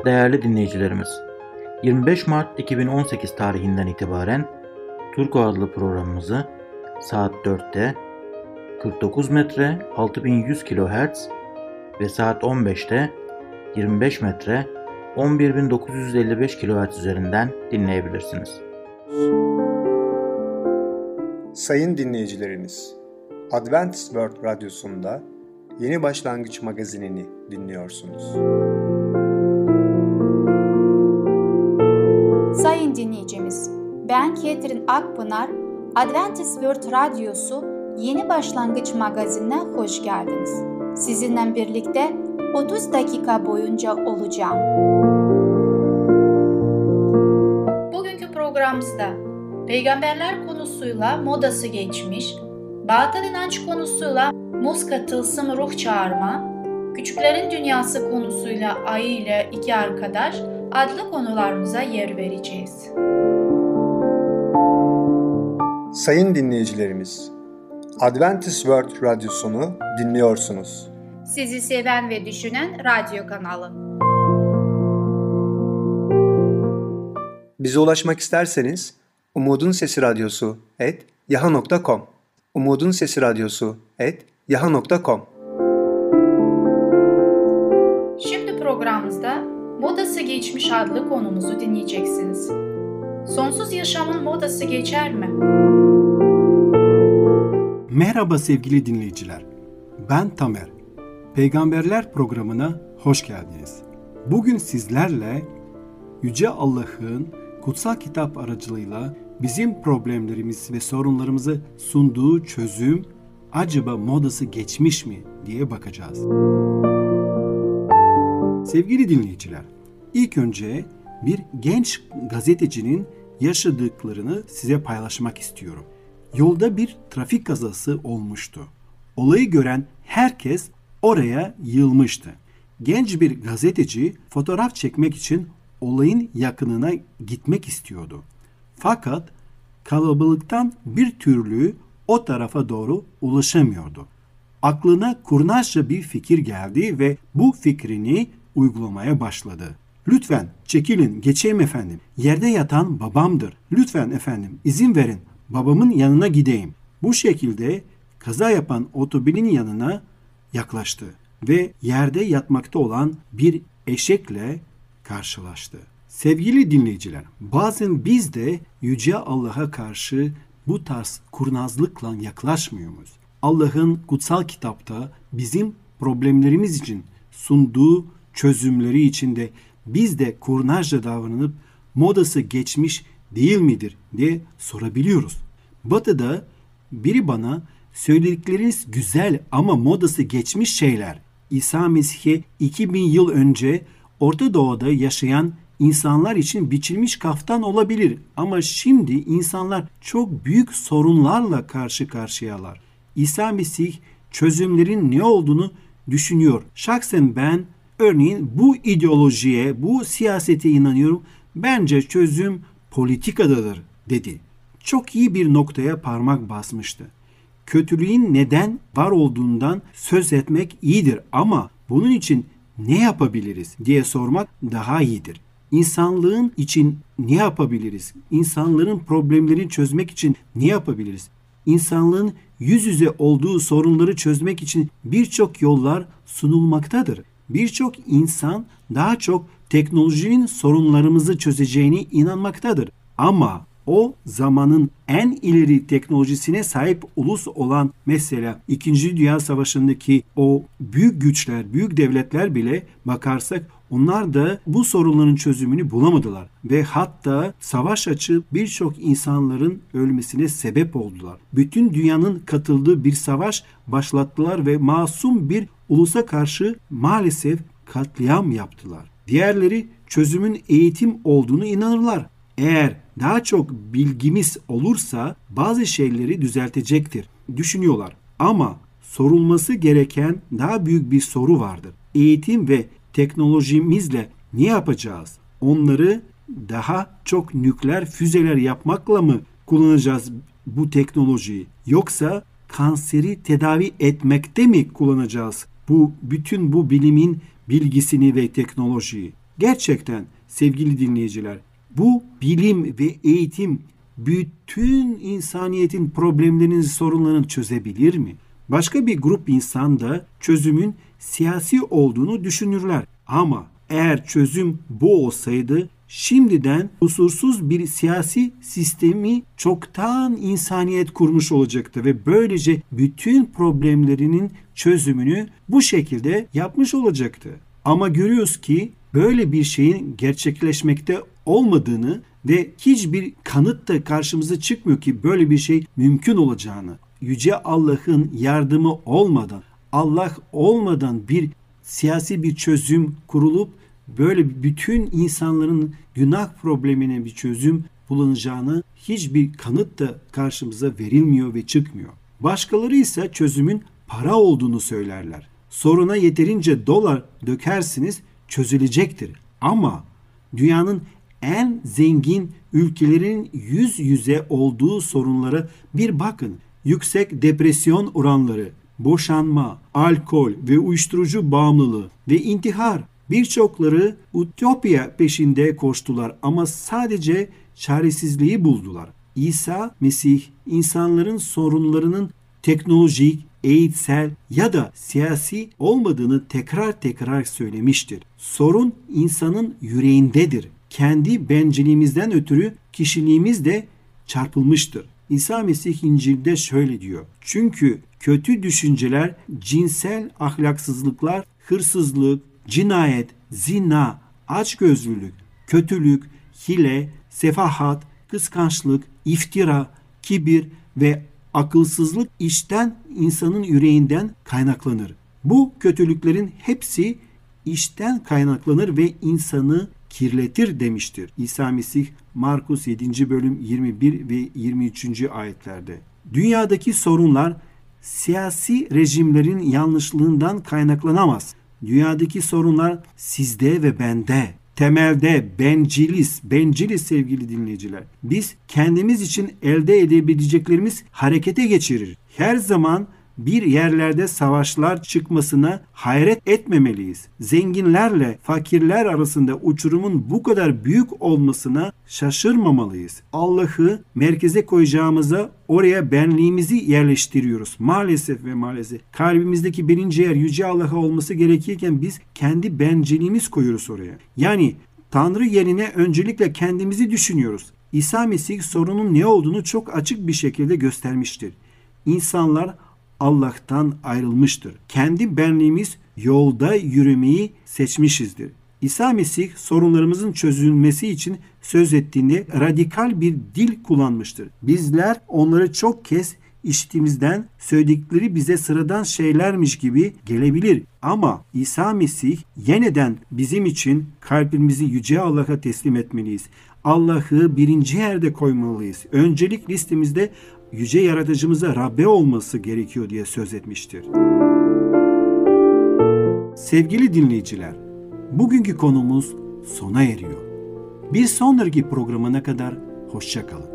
Değerli dinleyicilerimiz, 25 Mart 2018 tarihinden itibaren Turko adlı programımızı saat 4'te 49 metre 6100 kHz ve saat 15'te 25 metre 11955 kHz üzerinden dinleyebilirsiniz. Sayın dinleyicilerimiz, Adventist World Radyosu'nda Yeni Başlangıç magazinini dinliyorsunuz. Sayın dinleyicimiz, ben Ketrin Akpınar, Adventist World Radyosu Yeni Başlangıç magazinine hoş geldiniz. Sizinle birlikte 30 dakika boyunca olacağım. Bugünkü programımızda peygamberler konusuyla modası geçmiş, batıl inanç konusuyla muska tılsım ruh çağırma, küçüklerin dünyası konusuyla ayı ile iki arkadaş adlı konularımıza yer vereceğiz. Sayın dinleyicilerimiz, Adventist World Radyosunu dinliyorsunuz. Sizi seven ve düşünen radyo kanalı. Bize ulaşmak isterseniz umudunsesiradyosu@yahoo.com umudunsesiradyosu@yahoo.com. Şimdi programımızda modası geçmiş adlı konumuzu dinleyeceksiniz. Sonsuz yaşamın modası geçer mi? Merhaba sevgili dinleyiciler. Ben Tamer. Peygamberler programına hoş geldiniz. Bugün sizlerle Yüce Allah'ın kutsal kitap aracılığıyla bizim problemlerimiz ve sorunlarımızı sunduğu çözüm acaba modası geçmiş mi diye bakacağız. Sevgili dinleyiciler, ilk önce bir genç gazetecinin yaşadıklarını size paylaşmak istiyorum. Yolda bir trafik kazası olmuştu. Olayı gören herkes oraya yığılmıştı. Genç bir gazeteci fotoğraf çekmek için olayın yakınına gitmek istiyordu. Fakat kalabalıktan bir türlü o tarafa doğru ulaşamıyordu. Aklına kurnazca bir fikir geldi ve bu fikrini uygulamaya başladı. "Lütfen çekilin, geçeyim efendim. Yerde yatan babamdır. Lütfen efendim izin verin, babamın yanına gideyim." Bu şekilde kaza yapan otomobilin yanına yaklaştı ve yerde yatmakta olan bir eşekle karşılaştı. Sevgili dinleyiciler, bazen biz de Yüce Allah'a karşı bu tarz kurnazlıkla yaklaşmıyor muyuz? Allah'ın kutsal kitapta bizim problemlerimiz için sunduğu çözümleri içinde biz de kurnazca davranıp modası geçmiş değil midir diye sorabiliyoruz. Batı'da biri bana söyledikleriniz güzel ama modası geçmiş şeyler. İsa Mesih'e 2000 yıl önce Orta Doğu'da yaşayan insanlar için biçilmiş kaftan olabilir ama şimdi insanlar çok büyük sorunlarla karşı karşıyalar. İsa Mesih çözümlerin ne olduğunu düşünüyor. Şahsen ben örneğin bu ideolojiye, bu siyasete inanıyorum. Bence çözüm politikadadır dedi. Çok iyi bir noktaya parmak basmıştı. Kötülüğün neden var olduğundan söz etmek iyidir ama bunun için ne yapabiliriz diye sormak daha iyidir. İnsanlığın için ne yapabiliriz? İnsanların problemlerini çözmek için ne yapabiliriz? İnsanlığın yüz yüze olduğu sorunları çözmek için birçok yollar sunulmaktadır. Birçok insan daha çok teknolojinin sorunlarımızı çözeceğine inanmaktadır. Ama o zamanın en ileri teknolojisine sahip ulus olan mesela 2. Dünya Savaşı'ndaki o büyük güçler, büyük devletler bile bakarsak onlar da bu sorunların çözümünü bulamadılar ve hatta savaş açıp birçok insanların ölmesine sebep oldular. Bütün dünyanın katıldığı bir savaş başlattılar ve masum bir ulusa karşı maalesef katliam yaptılar. Diğerleri çözümün eğitim olduğunu inanırlar. Eğer daha çok bilgimiz olursa bazı şeyleri düzeltecektir düşünüyorlar. Ama sorulması gereken daha büyük bir soru vardır. Eğitim ve teknolojimizle ne yapacağız? Onları daha çok nükleer füzeler yapmakla mı kullanacağız bu teknolojiyi? Yoksa kanseri tedavi etmekte mi kullanacağız bütün bu bilimin bilgisini ve teknolojiyi? Gerçekten sevgili dinleyiciler, bu bilim ve eğitim bütün insaniyetin problemlerinin, sorunlarını çözebilir mi? Başka bir grup insan da çözümün siyasi olduğunu düşünürler. Ama eğer çözüm bu olsaydı şimdiden kusursuz bir siyasi sistemi çoktan insaniyet kurmuş olacaktı ve böylece bütün problemlerinin çözümünü bu şekilde yapmış olacaktı. Ama görüyoruz ki böyle bir şeyin gerçekleşmekte olmadığını ve hiçbir kanıt da karşımıza çıkmıyor ki böyle bir şey mümkün olacağını. Yüce Allah'ın yardımı olmadan, Allah olmadan bir siyasi bir çözüm kurulup böyle bütün insanların günah problemine bir çözüm bulunacağını hiçbir kanıt da karşımıza verilmiyor ve çıkmıyor. Başkaları ise çözümün para olduğunu söylerler. Soruna yeterince dolar dökersiniz çözülecektir. Ama dünyanın en zengin ülkelerin yüz yüze olduğu sorunlara bir bakın. Yüksek depresyon oranları, boşanma, alkol ve uyuşturucu bağımlılığı ve intihar. Birçokları ütopya peşinde koştular ama sadece çaresizliği buldular. İsa Mesih insanların sorunlarının teknolojik, eğitsel ya da siyasi olmadığını tekrar söylemiştir. Sorun insanın yüreğindedir. Kendi bencilliğimizden ötürü kişiliğimiz de çarpılmıştır. İsa Mesih İncil'de şöyle diyor. Çünkü kötü düşünceler, cinsel ahlaksızlıklar, hırsızlık, cinayet, zina, açgözlülük, kötülük, hile, sefahat, kıskançlık, iftira, kibir ve akılsızlık içten insanın yüreğinden kaynaklanır. Bu kötülüklerin hepsi içten kaynaklanır ve insanı kirletir demiştir. İsa Mesih Markus 7. bölüm 21 ve 23. ayetlerde. Dünyadaki sorunlar siyasi rejimlerin yanlışlığından kaynaklanamaz. Dünyadaki sorunlar sizde ve bende. Temelde benciliz sevgili dinleyiciler. Biz kendimiz için elde edebileceklerimiz harekete geçirir. Her zaman bir yerlerde savaşlar çıkmasına hayret etmemeliyiz. Zenginlerle fakirler arasında uçurumun bu kadar büyük olmasına şaşırmamalıyız. Allah'ı merkeze koyacağımıza oraya benliğimizi yerleştiriyoruz. Maalesef kalbimizdeki birinci yer Yüce Allah'a olması gerekirken biz kendi bencilliğimiz koyuyoruz oraya. Yani Tanrı yerine öncelikle kendimizi düşünüyoruz. İsa Mesih sorunun ne olduğunu çok açık bir şekilde göstermiştir. İnsanlar Allah'tan ayrılmıştır. Kendi benliğimiz yolda yürümeyi seçmişizdir. İsa Mesih sorunlarımızın çözülmesi için söz ettiğinde radikal bir dil kullanmıştır. Bizler onları çok kez işittiğimizden söyledikleri bize sıradan şeylermiş gibi gelebilir. Ama İsa Mesih yeniden bizim için kalbimizi Yüce Allah'a teslim etmeliyiz. Allah'ı birinci yerde koymalıyız. Öncelik listemizde Yüce Yaratıcımıza Rabbe olması gerekiyor diye söz etmiştir. Sevgili dinleyiciler, bugünkü konumuz sona eriyor. Bir sonraki programına kadar hoşça kalın.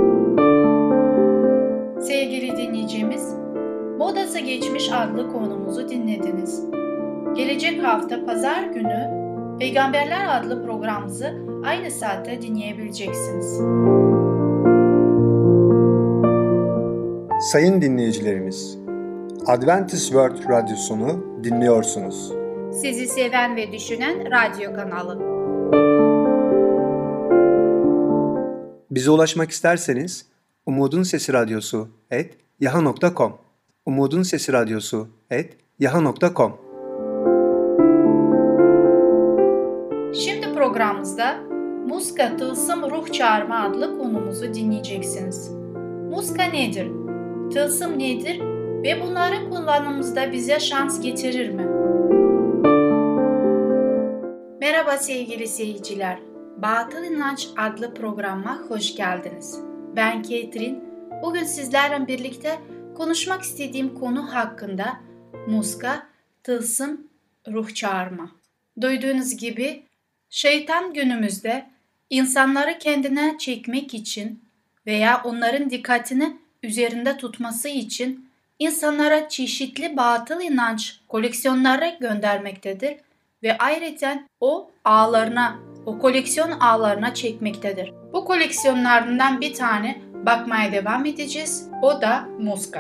Sevgili dinleyicimiz, Modası Geçmiş adlı konumuzu dinlediniz. Gelecek hafta Pazar günü Peygamberler adlı programımızı aynı saatte dinleyebileceksiniz. Sayın dinleyicilerimiz, Adventist World Radyosunu dinliyorsunuz. Sizi seven ve düşünen radyo kanalı. Bize ulaşmak isterseniz umudunsesiradyosu@yahoo.com umudunsesiradyosu@yahoo.com. Şimdi programımızda Muska Tılsım Ruh Çağırma adlı konumuzu dinleyeceksiniz. Muska nedir? Tılsım nedir? Ve bunların kullanımımızda bize şans getirir mi? Merhaba sevgili seyirciler. Batıl İnanç adlı programa hoş geldiniz. Ben Catherine. Bugün sizlerle birlikte konuşmak istediğim konu hakkında muska, tılsım, ruh çağırma. Duyduğunuz gibi şeytan günümüzde insanları kendine çekmek için veya onların dikkatini üzerinde tutması için insanlara çeşitli batıl inanç koleksiyonları göndermektedir ve ayrıca o koleksiyon ağlarına çekmektedir. Bu koleksiyonlarından bir tane bakmaya devam edeceğiz. O da muska.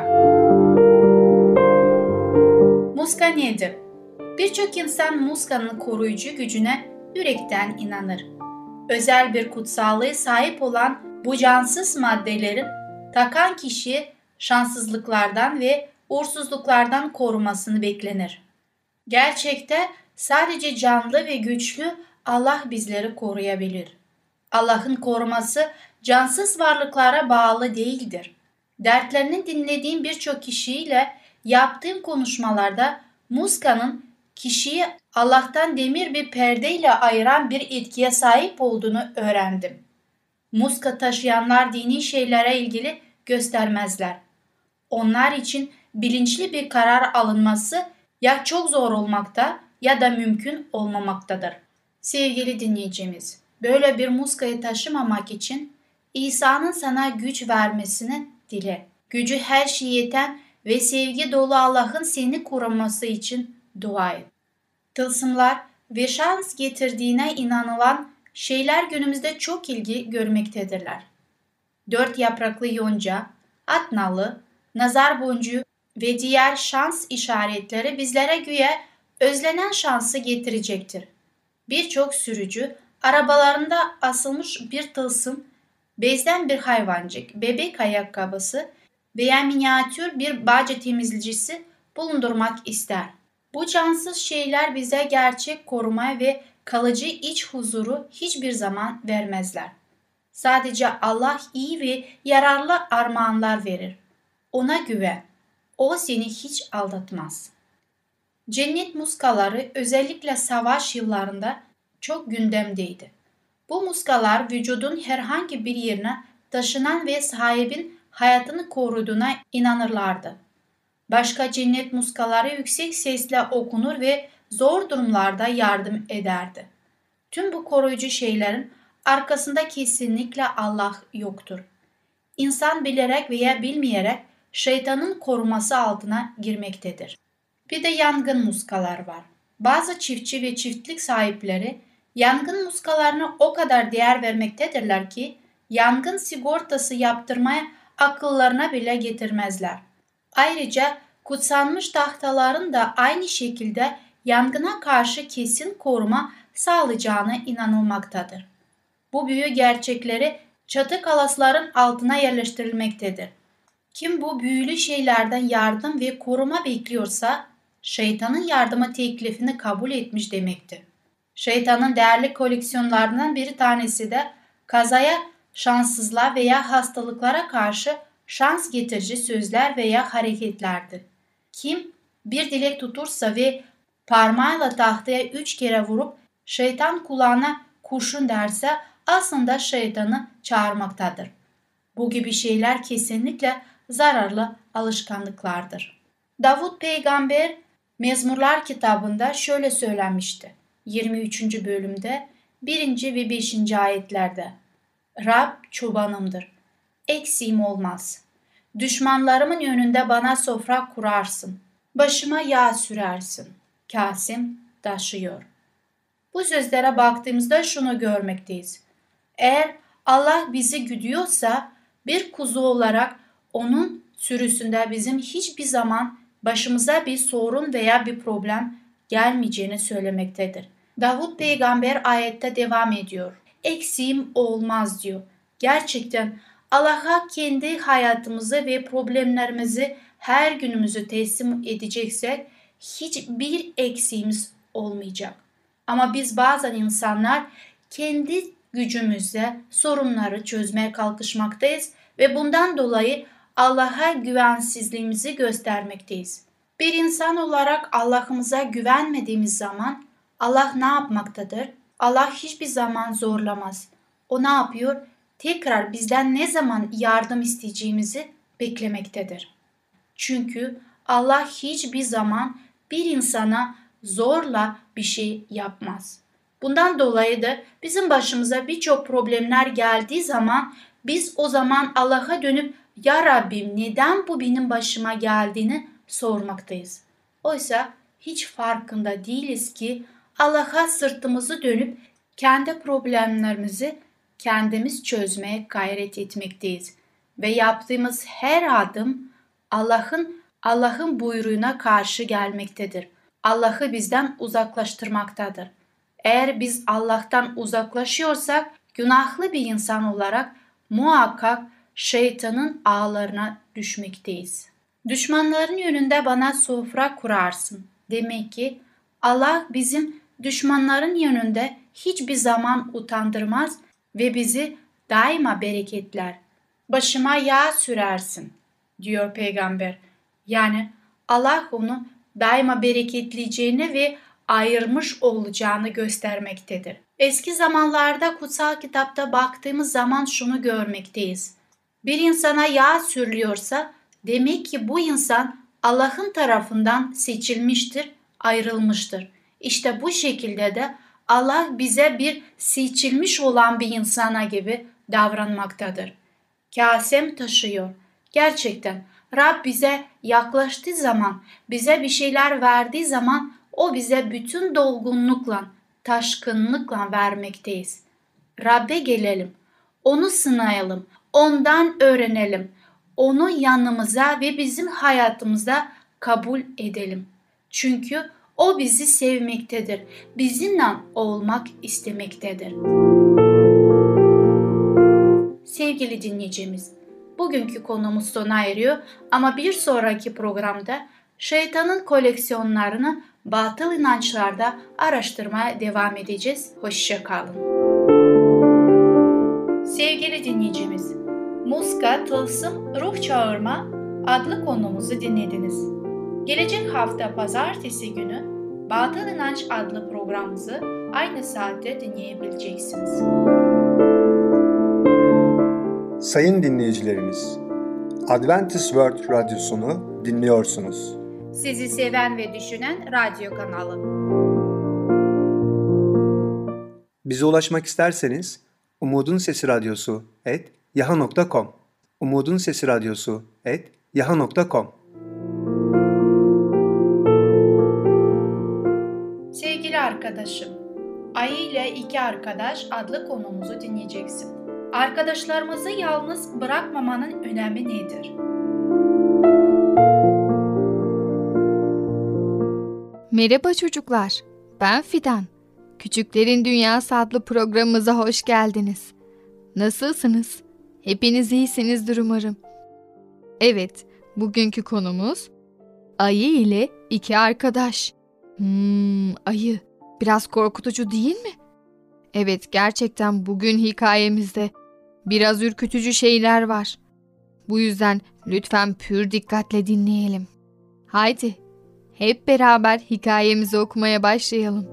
Muska nedir? Birçok insan muskanın koruyucu gücüne yürekten inanır. Özel bir kutsallığı sahip olan bu cansız maddelerin takan kişiyi şanssızlıklardan ve uğursuzluklardan korumasını beklenir. Gerçekte sadece canlı ve güçlü Allah bizleri koruyabilir. Allah'ın koruması cansız varlıklara bağlı değildir. Dertlerini dinlediğim birçok kişiyle yaptığım konuşmalarda muskanın kişiyi Allah'tan demir bir perdeyle ayıran bir etkiye sahip olduğunu öğrendim. Muska taşıyanlar dini şeylere ilgili göstermezler. Onlar için bilinçli bir karar alınması ya çok zor olmakta ya da mümkün olmamaktadır. Sevgili dinleyicimiz, böyle bir muskayı taşımamak için İsa'nın sana güç vermesini dile. Gücü her şeye yeten ve sevgi dolu Allah'ın seni koruması için dua et. Tılsımlar ve şans getirdiğine inanılan şeyler günümüzde çok ilgi görmektedirler. 4 yapraklı yonca, at nalı, nazar boncuğu ve diğer şans işaretleri bizlere güya özlenen şansı getirecektir. Birçok sürücü arabalarında asılmış bir tılsım, bezden bir hayvancık, bebek ayakkabısı veya minyatür bir bağcı temizleyicisi bulundurmak ister. Bu cansız şeyler bize gerçek koruma ve kalıcı iç huzuru hiçbir zaman vermezler. Sadece Allah iyi ve yararlı armağanlar verir. Ona güven. O seni hiç aldatmaz. Cennet muskaları özellikle savaş yıllarında çok gündemdeydi. Bu muskalar vücudun herhangi bir yerine taşınan ve sahibin hayatını koruduğuna inanırlardı. Başka cennet muskaları yüksek sesle okunur ve zor durumlarda yardım ederdi. Tüm bu koruyucu şeylerin arkasında kesinlikle Allah yoktur. İnsan bilerek veya bilmeyerek şeytanın koruması altına girmektedir. Bir de yangın muskalar var. Bazı çiftçi ve çiftlik sahipleri yangın muskalarına o kadar değer vermektedirler ki yangın sigortası yaptırmaya akıllarına bile getirmezler. Ayrıca kutsanmış tahtaların da aynı şekilde yangına karşı kesin koruma sağlayacağına inanılmaktadır. Bu büyü gerçekleri çatı kalasların altına yerleştirilmektedir. Kim bu büyülü şeylerden yardım ve koruma bekliyorsa şeytanın yardımı teklifini kabul etmiş demektir. Şeytanın değerli koleksiyonlarından bir tanesi de kazaya, şanssızlığa veya hastalıklara karşı şans getirici sözler veya hareketlerdir. Kim bir dilek tutursa ve parmağıyla tahtaya 3 kere vurup şeytan kulağına kurşun derse aslında şeytanı çağırmaktadır. Bu gibi şeyler kesinlikle zararlı alışkanlıklardır. Davut peygamber Mezmurlar kitabında şöyle söylenmişti. 23. bölümde 1. ve 5. ayetlerde. Rab çobanımdır. Eksiğim olmaz. Düşmanlarımın önünde bana sofra kurarsın. Başıma yağ sürersin. Kasem taşıyor. Bu sözlere baktığımızda şunu görmekteyiz. Eğer Allah bizi güdüyorsa bir kuzu olarak onun sürüsünde bizim hiçbir zaman başımıza bir sorun veya bir problem gelmeyeceğini söylemektedir. Davut peygamber ayette devam ediyor. Eksiğim olmaz diyor. Gerçekten Allah'a kendi hayatımızı ve problemlerimizi her günümüzü teslim edeceksek hiçbir eksiğimiz olmayacak. Ama biz bazen insanlar kendi gücümüzle sorunları çözmeye kalkışmaktayız ve bundan dolayı Allah'a güvensizliğimizi göstermekteyiz. Bir insan olarak Allah'ımıza güvenmediğimiz zaman Allah ne yapmaktadır? Allah hiçbir zaman zorlamaz. O ne yapıyor? Tekrar bizden ne zaman yardım isteyeceğimizi beklemektedir. Çünkü Allah hiçbir zaman bir insana zorla bir şey yapmaz. Bundan dolayı da bizim başımıza birçok problemler geldiği zaman biz o zaman Allah'a dönüp ya Rabbim neden bu benim başıma geldiğini sormaktayız. Oysa hiç farkında değiliz ki Allah'a sırtımızı dönüp kendi problemlerimizi kendimiz çözmeye gayret etmekteyiz. Ve yaptığımız her adım Allah'ın buyruğuna karşı gelmektedir. Allah'ı bizden uzaklaştırmaktadır. Eğer biz Allah'tan uzaklaşıyorsak günahlı bir insan olarak muhakkak şeytanın ağlarına düşmekteyiz. Düşmanların yönünde bana sofra kurarsın. Demek ki Allah bizim düşmanların yönünde hiçbir zaman utandırmaz ve bizi daima bereketler. Başıma yağ sürersin diyor peygamber. Yani Allah onu daima bereketleyeceğini ve ayırmış olacağını göstermektedir. Eski zamanlarda kutsal kitapta baktığımız zaman şunu görmekteyiz. Bir insana yağ sürülüyorsa demek ki bu insan Allah'ın tarafından seçilmiştir, ayrılmıştır. İşte bu şekilde de Allah bize bir seçilmiş olan bir insana gibi davranmaktadır. Kasem taşıyor. Gerçekten Rab bize yaklaştığı zaman, bize bir şeyler verdiği zaman o bize bütün dolgunlukla, taşkınlıkla vermekteyiz. Rab'be gelelim, onu sınayalım, ondan öğrenelim, onu yanımıza ve bizim hayatımıza kabul edelim. Çünkü o bizi sevmektedir, bizimle olmak istemektedir. Sevgili dinleyicimiz, bugünkü konumuz sona eriyor ama bir sonraki programda şeytanın koleksiyonlarını batıl inançlarda araştırmaya devam edeceğiz. Hoşça kalın. Sevgili dinleyicimiz, Muska, Tılsım, Ruh Çağırma adlı konumuzu dinlediniz. Gelecek hafta pazartesi günü Batıl İnanç adlı programımızı aynı saatte dinleyebileceksiniz. Sayın dinleyicilerimiz, Adventist World Radyosunu dinliyorsunuz. Sizi seven ve düşünen radyo kanalı. Bize ulaşmak isterseniz umudunsesiradyosu@yahoo.com umudunsesiradyosu@yahoo.com. Sevgili arkadaşım, Ayı ile iki arkadaş adlı konumuzu dinleyeceksin. Arkadaşlarımızı yalnız bırakmamanın önemi nedir? Merhaba çocuklar, ben Fidan. Küçüklerin Dünyası adlı programımıza hoş geldiniz. Nasılsınız? Hepiniz iyisinizdir umarım. Evet, bugünkü konumuz Ayı ile iki arkadaş. Ayı, biraz korkutucu değil mi? Evet, gerçekten bugün hikayemizde biraz ürkütücü şeyler var. Bu yüzden lütfen pür dikkatle dinleyelim. Haydi, hep beraber hikayemizi okumaya başlayalım.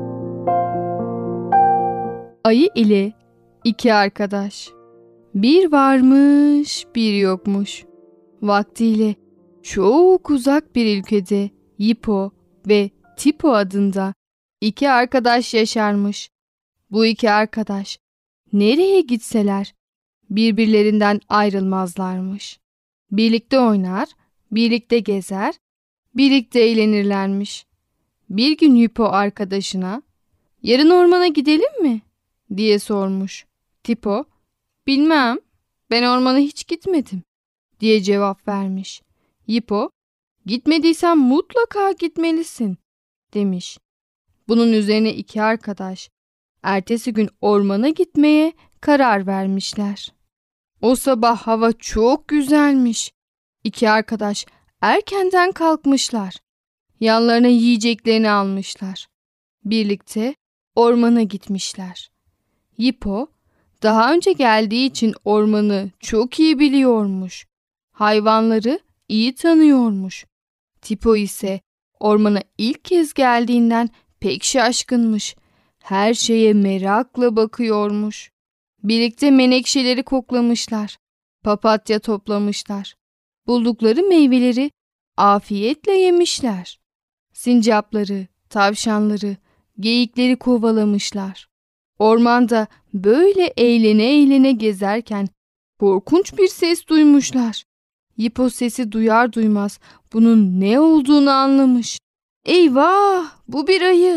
Ayı ile iki arkadaş. Bir varmış, bir yokmuş. Vaktiyle çok uzak bir ülkede Yipo ve Tipo adında iki arkadaş yaşarmış. Bu iki arkadaş nereye gitseler birbirlerinden ayrılmazlarmış. Birlikte oynar, birlikte gezer, birlikte eğlenirlermiş. Bir gün Yipo arkadaşına, "Yarın ormana gidelim mi?" diye sormuş. Tipo, "Bilmem, ben ormana hiç gitmedim." diye cevap vermiş. Yipo, "Gitmediysen mutlaka gitmelisin." demiş. Bunun üzerine iki arkadaş ertesi gün ormana gitmeye karar vermişler. O sabah hava çok güzelmiş. İki arkadaş erkenden kalkmışlar. Yanlarına yiyeceklerini almışlar. Birlikte ormana gitmişler. Yipo daha önce geldiği için ormanı çok iyi biliyormuş. Hayvanları iyi tanıyormuş. Tipo ise ormana ilk kez geldiğinden pek şaşkınmış. Her şeye merakla bakıyormuş. Birlikte menekşeleri koklamışlar. Papatya toplamışlar. Buldukları meyveleri afiyetle yemişler. Sincapları, tavşanları, geyikleri kovalamışlar. Ormanda böyle eğlene eğlene gezerken korkunç bir ses duymuşlar. Yipo sesi duyar duymaz bunun ne olduğunu anlamış. "Eyvah, bu bir ayı!"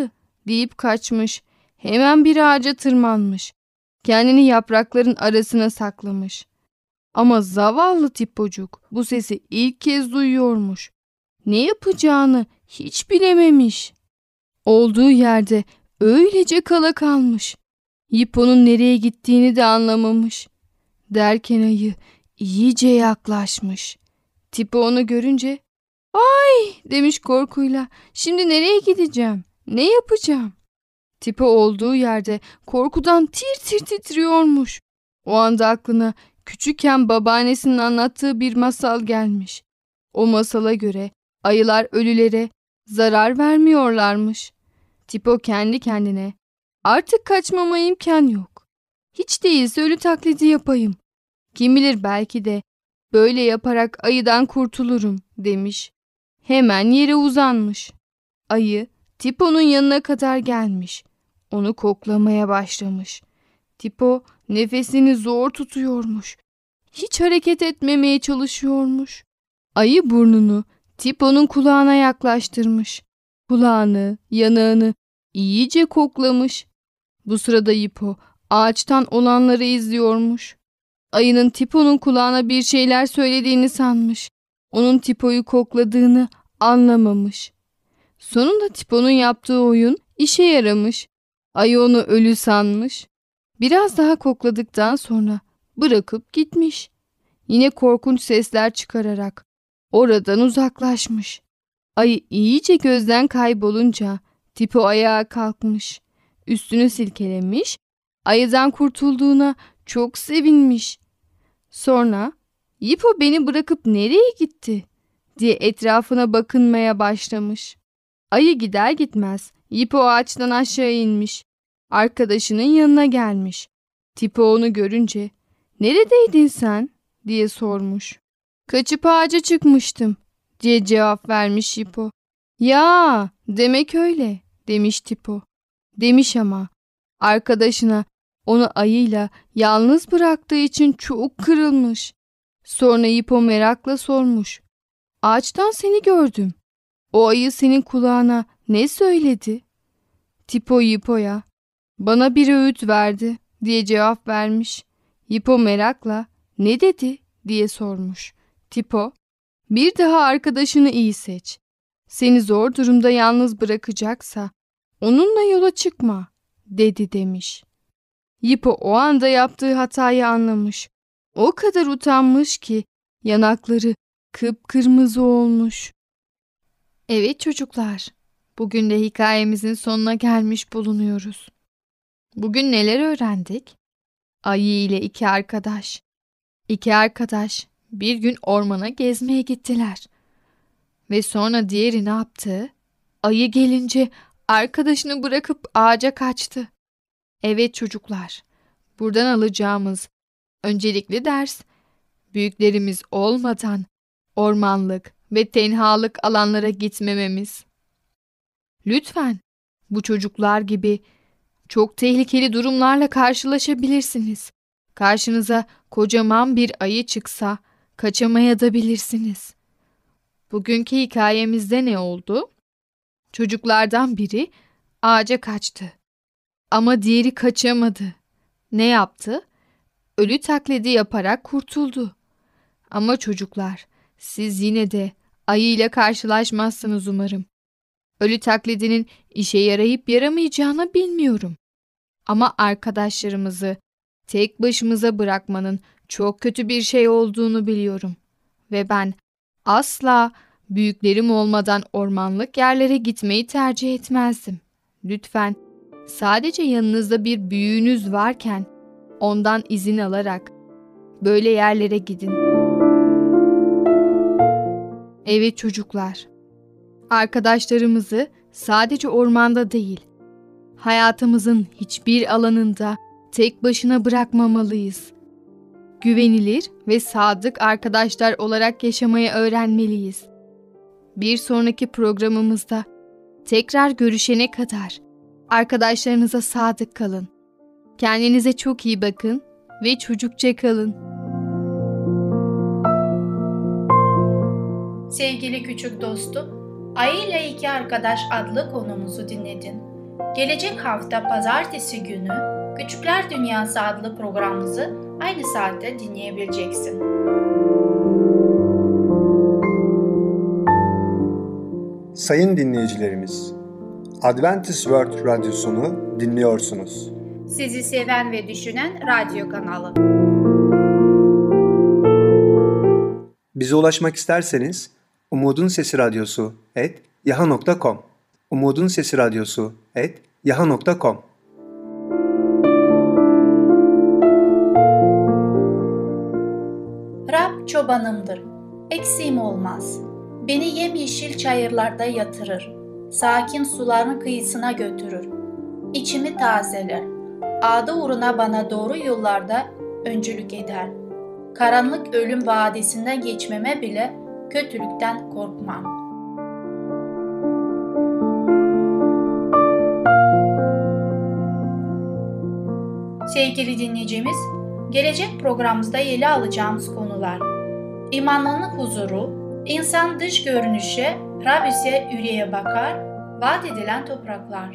deyip kaçmış. Hemen bir ağaca tırmanmış. Kendini yaprakların arasına saklamış. Ama zavallı Tipocuk bu sesi ilk kez duyuyormuş. Ne yapacağını hiç bilememiş. Olduğu yerde öylece kala kalmış. Hipo'nun nereye gittiğini de anlamamış. Derken ayı iyice yaklaşmış. Tipo onu görünce "Ay!" demiş korkuyla. "Şimdi nereye gideceğim? Ne yapacağım?" Tipo olduğu yerde korkudan tir tir titriyormuş. O anda aklına küçükken babaannesinin anlattığı bir masal gelmiş. O masala göre ayılar ölülere zarar vermiyorlarmış. Tipo kendi kendine "Artık kaçmama imkan yok. Hiç değilse ölü taklidi yapayım. Kim bilir belki de böyle yaparak ayıdan kurtulurum," demiş. Hemen yere uzanmış. Ayı Tipo'nun yanına kadar gelmiş. Onu koklamaya başlamış. Tipo nefesini zor tutuyormuş. Hiç hareket etmemeye çalışıyormuş. Ayı burnunu Tipo'nun kulağına yaklaştırmış. Kulağını, yanağını iyice koklamış. Bu sırada Hipo ağaçtan olanları izliyormuş. Ayının Tipo'nun kulağına bir şeyler söylediğini sanmış. Onun Tipo'yu kokladığını anlamamış. Sonunda Tipo'nun yaptığı oyun işe yaramış. Ayı onu ölü sanmış. Biraz daha kokladıktan sonra bırakıp gitmiş. Yine korkunç sesler çıkararak oradan uzaklaşmış. Ayı iyice gözden kaybolunca Tipo ayağa kalkmış. Üstünü silkelemiş. Ayıdan kurtulduğuna çok sevinmiş. Sonra "Hipo beni bırakıp nereye gitti?" diye etrafına bakınmaya başlamış. Ayı gider gitmez Hipo ağaçtan aşağı inmiş. Arkadaşının yanına gelmiş. Tipo onu görünce "Neredeydin sen?" diye sormuş. "Kaçıp ağaca çıkmıştım," diye cevap vermiş Hipo. "Ya, demek öyle," demiş Tipo. Demiş ama arkadaşına onu ayıyla yalnız bıraktığı için çok kırılmış. Sonra Hipo merakla sormuş. "Ağaçtan seni gördüm. O ayı senin kulağına ne söyledi?" Tipo Hipo'ya "Bana bir öğüt verdi," diye cevap vermiş. Hipo merakla "Ne dedi?" diye sormuş. Tipo "Bir daha arkadaşını iyi seç. Seni zor durumda yalnız bırakacaksa onunla yola çıkma," dedi demiş. Hipo o anda yaptığı hatayı anlamış. O kadar utanmış ki yanakları kıpkırmızı olmuş. Evet çocuklar, bugün de hikayemizin sonuna gelmiş bulunuyoruz. Bugün neler öğrendik? Ayı ile iki arkadaş. İki arkadaş bir gün ormana gezmeye gittiler. Ve sonra diğeri ne yaptı? Ayı gelince arkadaşını bırakıp ağaca kaçtı. Evet çocuklar, buradan alacağımız öncelikli ders, büyüklerimiz olmadan ormanlık ve tenhalık alanlara gitmememiz. Lütfen bu çocuklar gibi çok tehlikeli durumlarla karşılaşabilirsiniz. Karşınıza kocaman bir ayı çıksa kaçamayabilirsiniz. Bugünkü hikayemizde ne oldu? Çocuklardan biri ağaca kaçtı. Ama diğeri kaçamadı. Ne yaptı? Ölü taklidi yaparak kurtuldu. Ama çocuklar, siz yine de ayıyla karşılaşmazsınız umarım. Ölü taklidinin işe yarayıp yaramayacağını bilmiyorum. Ama arkadaşlarımızı tek başımıza bırakmanın çok kötü bir şey olduğunu biliyorum. Ve ben asla büyüklerim olmadan ormanlık yerlere gitmeyi tercih etmezdim. Lütfen sadece yanınızda bir büyüğünüz varken ondan izin alarak böyle yerlere gidin. Evet çocuklar, arkadaşlarımızı sadece ormanda değil, hayatımızın hiçbir alanında tek başına bırakmamalıyız. Güvenilir ve sadık arkadaşlar olarak yaşamayı öğrenmeliyiz. Bir sonraki programımızda tekrar görüşene kadar arkadaşlarınıza sadık kalın. Kendinize çok iyi bakın ve çocukça kalın. Sevgili küçük dostum, Ayı ile İki Arkadaş adlı konumuzu dinledin. Gelecek hafta pazartesi günü Küçükler Dünyası adlı programımızı aynı saatte dinleyebileceksin. Sayın dinleyicilerimiz, Adventist World Radyosunu dinliyorsunuz. Sizi seven ve düşünen radyo kanalı. Bize ulaşmak isterseniz umudunsesiradyosu@yahoo.com umudunsesiradyosu@yahoo.com. Rab çobanımdır, eksiğim olmaz. Beni yemyeşil çayırlarda yatırır, sakin suların kıyısına götürür. İçimi tazeler, adı uğruna bana doğru yollarda öncülük eder. Karanlık ölüm vadisinden geçmeme bile kötülükten korkmam. Sevgili dinleyicimiz, gelecek programımızda ele alacağımız konular: İmanın huzuru, insan dış görünüşe, Rab ise yüreğe bakar, vaat edilen topraklar.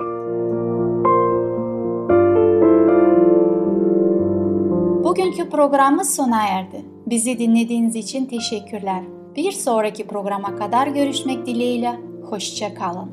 Bugünkü programımız sona erdi. Bizi dinlediğiniz için teşekkürler. Bir sonraki programa kadar görüşmek dileğiyle, hoşça kalın.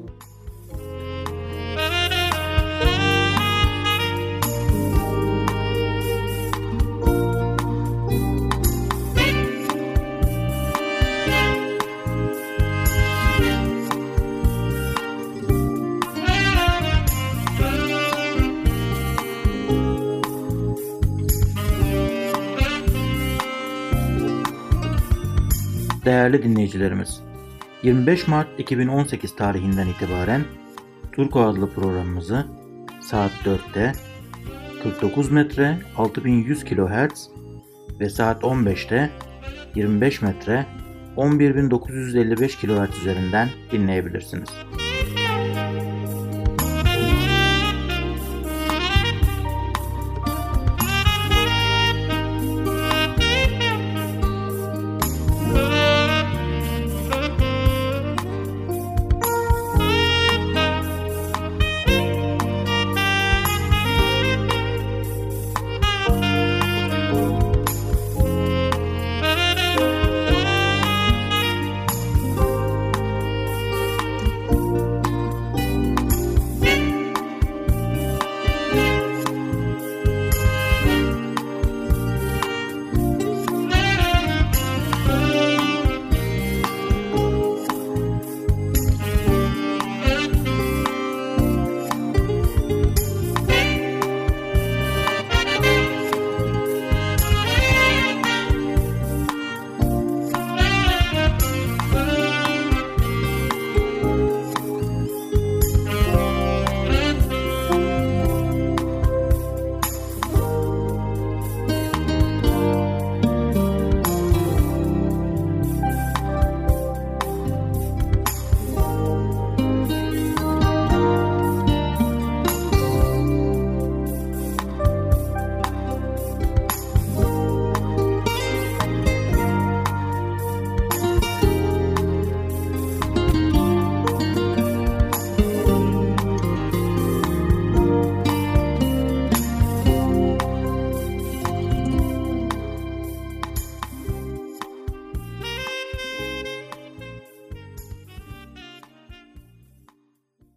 Değerli dinleyicilerimiz, 25 Mart 2018 tarihinden itibaren Turko adlı programımızı saat 4'te 49 metre 6100 kHz ve saat 15'te 25 metre 11955 kHz üzerinden dinleyebilirsiniz.